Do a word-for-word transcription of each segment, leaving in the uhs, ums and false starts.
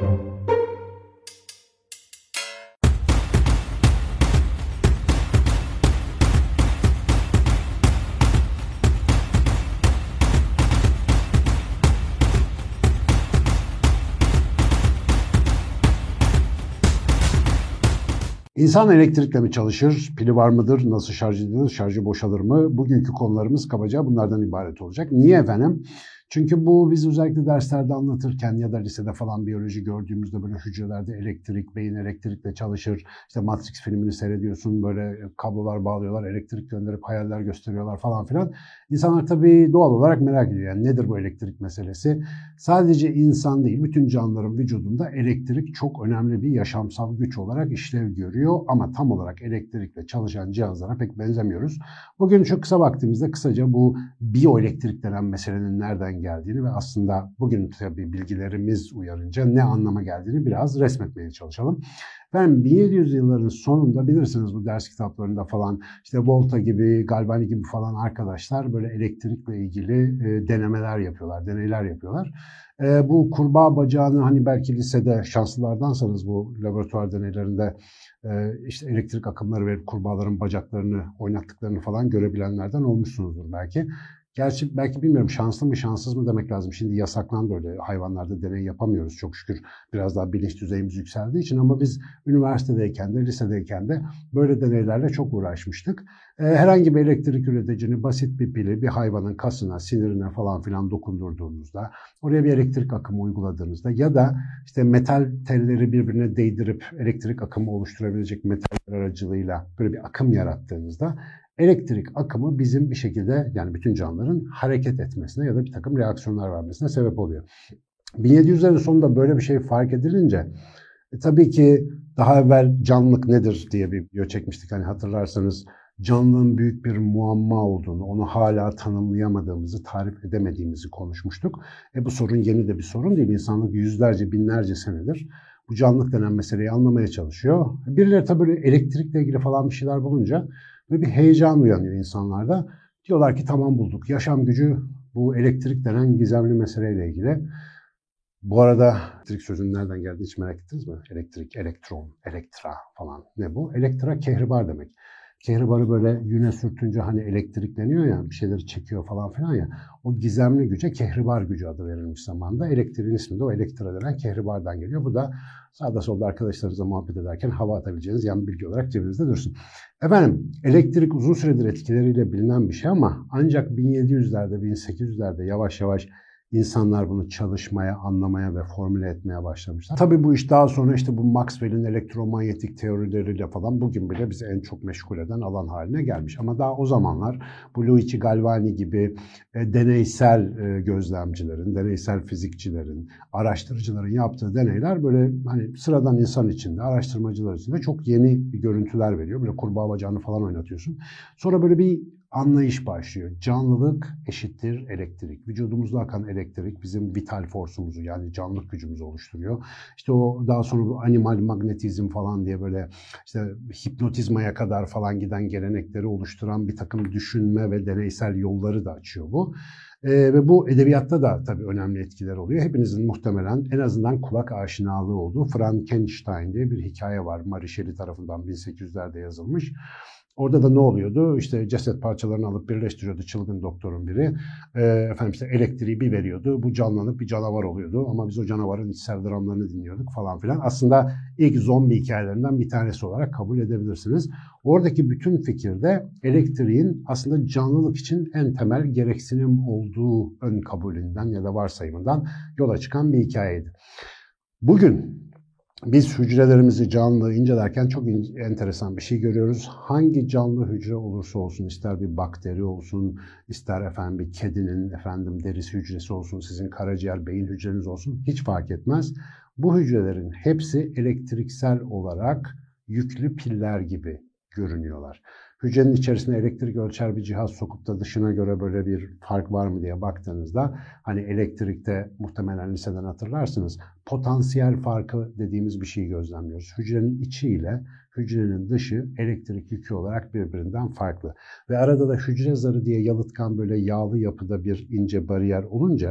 İnsan elektrikle mi çalışır? Pili var mıdır? Nasıl şarj edilir? Şarjı boşalır mı? Bugünkü konularımız kabaca bunlardan ibaret olacak. Niye efendim? Çünkü bu biz özellikle derslerde anlatırken ya da lisede falan biyoloji gördüğümüzde böyle hücrelerde elektrik, beyin elektrikle çalışır. İşte Matrix filmini seyrediyorsun, böyle kablolar bağlıyorlar, elektrik gönderip hayaller gösteriyorlar falan filan. İnsanlar tabii doğal olarak merak ediyor. Yani nedir bu elektrik meselesi? Sadece insan değil, bütün canlıların vücudunda elektrik çok önemli bir yaşamsal güç olarak işlev görüyor. Ama tam olarak elektrikle çalışan cihazlara pek benzemiyoruz. Bugün şu kısa vaktimizde kısaca bu biyoelektrik denen meselenin nereden geldiğini ve aslında bugün tabii bilgilerimiz uyarınca ne anlama geldiğini biraz resmetmeye çalışalım. Ben bin yedi yüz yılların sonunda bilirsiniz bu ders kitaplarında falan işte Volta gibi, Galvani gibi falan arkadaşlar böyle elektrikle ilgili e, denemeler yapıyorlar, deneyler yapıyorlar. E, bu kurbağa bacağını hani belki lisede şanslılardansanız bu laboratuvar deneylerinde e, işte elektrik akımları verip kurbağaların bacaklarını oynattıklarını falan görebilenlerden olmuşsunuzdur belki. Gerçi belki bilmiyorum şanslı mı şanssız mı demek lazım. Şimdi yasaklandı öyle hayvanlarda deney yapamıyoruz çok şükür. Biraz daha bilinç düzeyimiz yükseldiği için ama biz üniversitedeyken de lisedeyken de böyle deneylerle çok uğraşmıştık. Ee, herhangi bir elektrik üreticini basit bir pili bir hayvanın kasına, sinirine falan filan dokundurduğunuzda, oraya bir elektrik akımı uyguladığınızda ya da işte metal telleri birbirine değdirip elektrik akımı oluşturabilecek metaller aracılığıyla böyle bir akım yarattığınızda elektrik akımı bizim bir şekilde yani bütün canlıların hareket etmesine ya da bir takım reaksiyonlar vermesine sebep oluyor. bin yedi yüzlerin sonunda böyle bir şey fark edilince e, tabii ki daha evvel canlılık nedir diye bir video çekmiştik. Hani hatırlarsanız canlılığın büyük bir muamma olduğunu, onu hala tanımlayamadığımızı, tarif edemediğimizi konuşmuştuk. E bu sorun yeni de bir sorun değil. İnsanlık yüzlerce, binlerce senedir bu canlılık denen meseleyi anlamaya çalışıyor. Birileri tabii böyle elektrikle ilgili falan bir şeyler bulunca ve bir heyecan uyanıyor insanlarda. Diyorlar ki tamam bulduk. Yaşam gücü bu elektrik denen gizemli meseleyle ilgili. Bu arada elektrik sözünün nereden geldiğini hiç merak ettiniz mi? Elektrik, elektron, elektra falan. Ne bu? Elektra kehribar demek. Kehribarı böyle yüne sürtünce hani elektrikleniyor ya, bir şeyleri çekiyor falan filan ya. O gizemli güce kehribar gücü adı verilmiş zamanda. Elektriğin ismi de o elektra denen kehribardan geliyor. Bu da sağda solda arkadaşlarınızla muhabbet ederken hava atabileceğiniz yan bilgi olarak cebinizde dursun. Efendim, elektrik uzun süredir etkileriyle bilinen bir şey ama ancak bin yedi yüzlerde, bin sekiz yüzlerde yavaş yavaş İnsanlar bunu çalışmaya, anlamaya ve formüle etmeye başlamışlar. Tabii bu iş daha sonra işte bu Maxwell'in elektromanyetik teorileriyle falan bugün bile bizi en çok meşgul eden alan haline gelmiş. Ama daha o zamanlar bu Luigi Galvani gibi e, deneysel e, gözlemcilerin, deneysel fizikçilerin, araştırıcıların yaptığı deneyler böyle hani sıradan insan içinde, araştırmacılar içinde çok yeni görüntüler veriyor. Böyle kurbağa bacağını falan oynatıyorsun. Sonra böyle bir anlayış başlıyor. Canlılık eşittir elektrik. Vücudumuzda akan elektrik bizim vital forsumuzu yani canlılık gücümüzü oluşturuyor. İşte o daha sonra bu animal magnetizm falan diye böyle işte hipnotizmaya kadar falan giden gelenekleri oluşturan bir takım düşünme ve deneysel yolları da açıyor bu. Ee, ve bu edebiyatta da tabii önemli etkiler oluyor. Hepinizin muhtemelen en azından kulak aşinalığı olduğu Frankenstein diye bir hikaye var. Mary Shelley tarafından bin sekiz yüzlerde yazılmış. Orada da ne oluyordu? İşte ceset parçalarını alıp birleştiriyordu çılgın doktorun biri. Ee, efendim işte elektriği bir veriyordu. Bu canlanıp bir canavar oluyordu. Ama biz o canavarın içsel dramlarını dinliyorduk falan filan. Aslında ilk zombi hikayelerinden bir tanesi olarak kabul edebilirsiniz. Oradaki bütün fikirde elektriğin aslında canlılık için en temel gereksinim olduğu ön kabulünden ya da varsayımından yola çıkan bir hikayeydi. Bugün biz hücrelerimizi canlı incelerken çok enteresan bir şey görüyoruz. Hangi canlı hücre olursa olsun, ister bir bakteri olsun, ister efendim bir kedinin efendim derisi hücresi olsun, sizin karaciğer, beyin hücreniz olsun hiç fark etmez. Bu hücrelerin hepsi elektriksel olarak yüklü piller gibi görünüyorlar. Hücrenin içerisine elektrik ölçer bir cihaz sokup da dışına göre böyle bir fark var mı diye baktığınızda hani elektrikte muhtemelen liseden hatırlarsınız potansiyel farkı dediğimiz bir şeyi gözlemliyoruz. Hücrenin içi ile hücrenin dışı elektrik yükü olarak birbirinden farklı. Ve arada da hücre zarı diye yalıtkan böyle yağlı yapıda bir ince bariyer olunca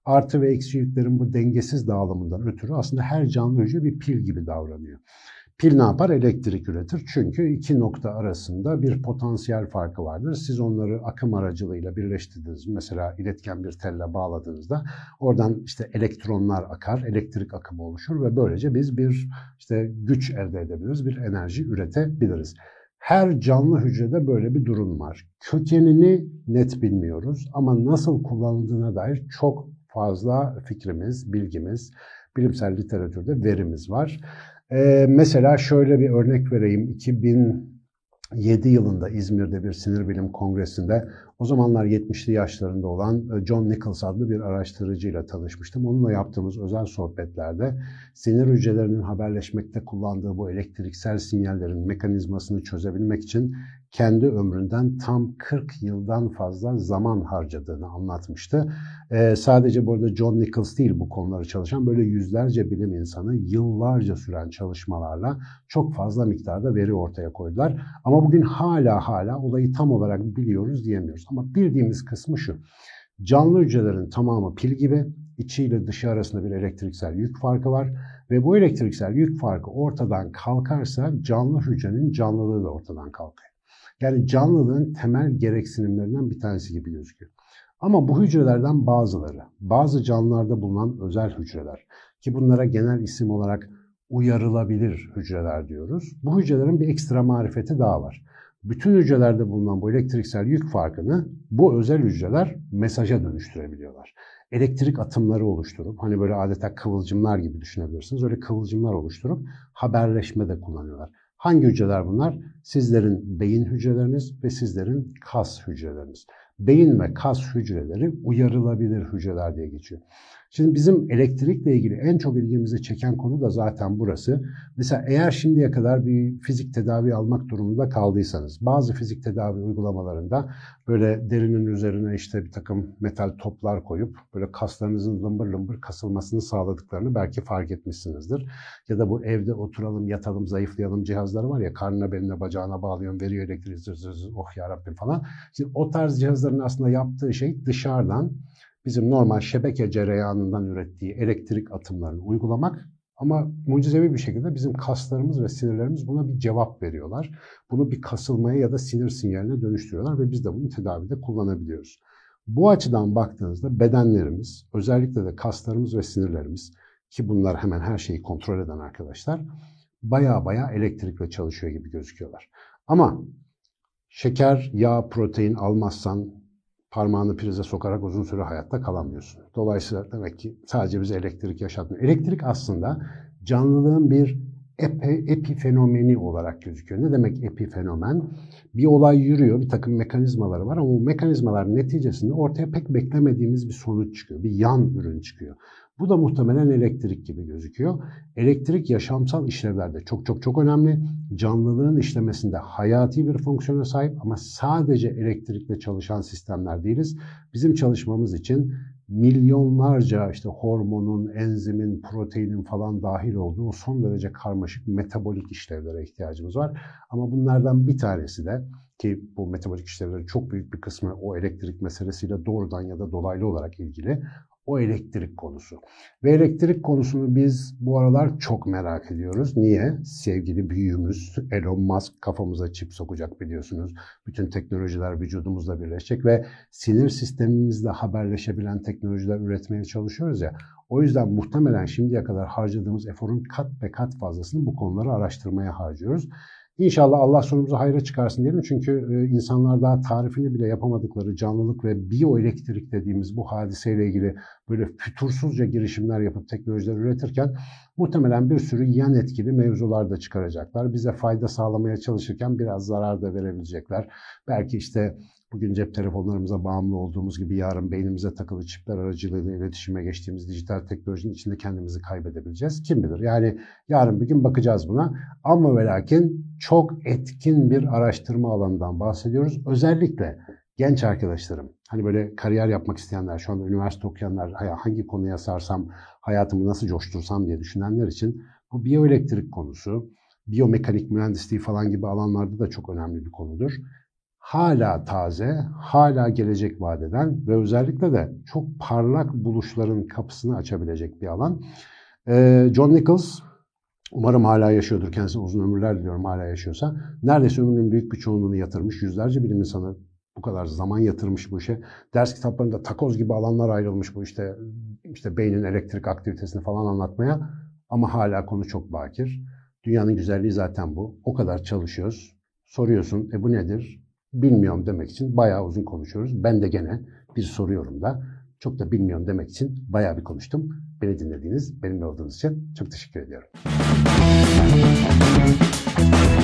Artı ve eksi yüklerin bu dengesiz dağılımından ötürü aslında her canlı hücre bir pil gibi davranıyor. Pil ne yapar? Elektrik üretir. Çünkü iki nokta arasında bir potansiyel farkı vardır. Siz onları akım aracılığıyla birleştirdiniz. Mesela iletken bir telle bağladığınızda oradan işte elektronlar akar, elektrik akımı oluşur ve böylece biz bir işte güç elde edebiliriz, bir enerji üretebiliriz. Her canlı hücrede böyle bir durum var. Kökenini net bilmiyoruz ama nasıl kullanıldığına dair çok fazla fikrimiz, bilgimiz, bilimsel literatürde verimiz var. Ee, mesela şöyle bir örnek vereyim. iki bin yedi yılında İzmir'de bir sinir bilim kongresinde o zamanlar yetmişli yaşlarında olan John Nichols adlı bir araştırıcıyla tanışmıştım. Onunla yaptığımız özel sohbetlerde sinir hücrelerinin haberleşmekte kullandığı bu elektriksel sinyallerin mekanizmasını çözebilmek için kendi ömründen tam kırk yıldan fazla zaman harcadığını anlatmıştı. Ee, sadece bu arada John Nichols değil bu konuları çalışan, böyle yüzlerce bilim insanı yıllarca süren çalışmalarla çok fazla miktarda veri ortaya koydular. Ama bugün hala hala olayı tam olarak biliyoruz diyemiyoruz. Ama bildiğimiz kısmı şu: canlı hücrelerin tamamı pil gibi, içiyle dışı arasında bir elektriksel yük farkı var ve bu elektriksel yük farkı ortadan kalkarsa canlı hücrenin canlılığı da ortadan kalkıyor. Yani canlılığın temel gereksinimlerinden bir tanesi gibi gözüküyor. Ama bu hücrelerden bazıları, bazı canlılarda bulunan özel hücreler ki bunlara genel isim olarak uyarılabilir hücreler diyoruz. Bu hücrelerin bir ekstra marifeti daha var. Bütün hücrelerde bulunan bu elektriksel yük farkını bu özel hücreler mesaja dönüştürebiliyorlar. Elektrik atımları oluşturup, hani böyle adeta kıvılcımlar gibi düşünebilirsiniz, öyle kıvılcımlar oluşturup haberleşmede kullanıyorlar. Hangi hücreler bunlar? Sizlerin beyin hücreleriniz ve sizlerin kas hücreleriniz. Beyin ve kas hücreleri uyarılabilir hücreler diye geçiyor. Şimdi bizim elektrikle ilgili en çok ilgimizi çeken konu da zaten burası. Mesela eğer şimdiye kadar bir fizik tedavi almak durumunda kaldıysanız, bazı fizik tedavi uygulamalarında böyle derinin üzerine işte bir takım metal toplar koyup böyle kaslarınızın lımbır lımbır kasılmasını sağladıklarını belki fark etmişsinizdir. Ya da bu evde oturalım, yatalım, zayıflayalım cihazları var ya, karnına, beline, bacağına bağlıyorsun, veriyor elektriği, zır zır zır, oh yarabbim falan. Şimdi o tarz cihazların aslında yaptığı şey dışarıdan bizim normal şebeke cereyanından ürettiği elektrik atımlarını uygulamak, ama mucizevi bir şekilde bizim kaslarımız ve sinirlerimiz buna bir cevap veriyorlar. Bunu bir kasılmaya ya da sinir sinyaline dönüştürüyorlar ve biz de bunu tedavide kullanabiliyoruz. Bu açıdan baktığınızda bedenlerimiz, özellikle de kaslarımız ve sinirlerimiz, ki bunlar hemen her şeyi kontrol eden arkadaşlar, baya baya elektrikle çalışıyor gibi gözüküyorlar. Ama şeker, yağ, protein almazsan parmağını prize sokarak uzun süre hayatta kalamıyorsun. Dolayısıyla demek ki sadece bize elektrik yaşatmıyor. Elektrik aslında canlılığın bir epi, epifenomeni olarak gözüküyor. Ne demek epifenomen? Bir olay yürüyor, bir takım mekanizmaları var ama bu mekanizmalar neticesinde ortaya pek beklemediğimiz bir sonuç çıkıyor, bir yan ürün çıkıyor. Bu da muhtemelen elektrik gibi gözüküyor. Elektrik yaşamsal işlevlerde çok çok çok önemli. Canlılığın işlemesinde hayati bir fonksiyona sahip ama sadece elektrikle çalışan sistemler değiliz. Bizim çalışmamız için milyonlarca işte hormonun, enzimin, proteinin falan dahil olduğu son derece karmaşık metabolik işlevlere ihtiyacımız var. Ama bunlardan bir tanesi de, ki bu metabolik işlevlerin çok büyük bir kısmı o elektrik meselesiyle doğrudan ya da dolaylı olarak ilgili, o elektrik konusu. Ve elektrik konusunu biz bu aralar çok merak ediyoruz. Niye? Sevgili büyüğümüz Elon Musk kafamıza çip sokacak biliyorsunuz. Bütün teknolojiler vücudumuzla birleşecek ve sinir sistemimizle haberleşebilen teknolojiler üretmeye çalışıyoruz ya. O yüzden muhtemelen şimdiye kadar harcadığımız eforun kat ve kat fazlasını bu konuları araştırmaya harcıyoruz. İnşallah Allah sonumuzu hayra çıkarsın diyelim. Çünkü insanlar daha tarifini bile yapamadıkları canlılık ve biyoelektrik dediğimiz bu hadiseyle ilgili böyle fütursuzca girişimler yapıp teknolojiler üretirken muhtemelen bir sürü yan etkili mevzular da çıkaracaklar. Bize fayda sağlamaya çalışırken biraz zarar da verebilecekler. Belki işte bugün cep telefonlarımıza bağımlı olduğumuz gibi yarın beynimize takılı çipler aracılığıyla iletişime geçtiğimiz dijital teknolojinin içinde kendimizi kaybedebileceğiz. Kim bilir? Yani yarın bir gün bakacağız buna. Ama ve lakin çok etkin bir araştırma alanından bahsediyoruz. Özellikle genç arkadaşlarım, hani böyle kariyer yapmak isteyenler, şu anda üniversite okuyanlar, hangi konuya sarsam, hayatımı nasıl coştursam diye düşünenler için bu biyoelektrik konusu, biyomekanik mühendisliği falan gibi alanlarda da çok önemli bir konudur. hala taze, hala gelecek vaat eden ve özellikle de çok parlak buluşların kapısını açabilecek bir alan. Ee, John Nichols, umarım hala yaşıyordur, kendisine uzun ömürler diliyorum hala yaşıyorsa, neredeyse ömrünün büyük bir çoğunluğunu yatırmış, yüzlerce bilim insanı bu kadar zaman yatırmış bu işe. Ders kitaplarında takoz gibi alanlar ayrılmış bu işte işte beynin elektrik aktivitesini falan anlatmaya, ama hala konu çok bakir. Dünyanın güzelliği zaten bu. O kadar çalışıyoruz. Soruyorsun, e bu nedir? Bilmiyorum demek için bayağı uzun konuşuyoruz. Ben de gene bir soruyorum da çok da bilmiyorum demek için bayağı bir konuştum. Beni dinlediğiniz, benimle olduğunuz için çok teşekkür ediyorum.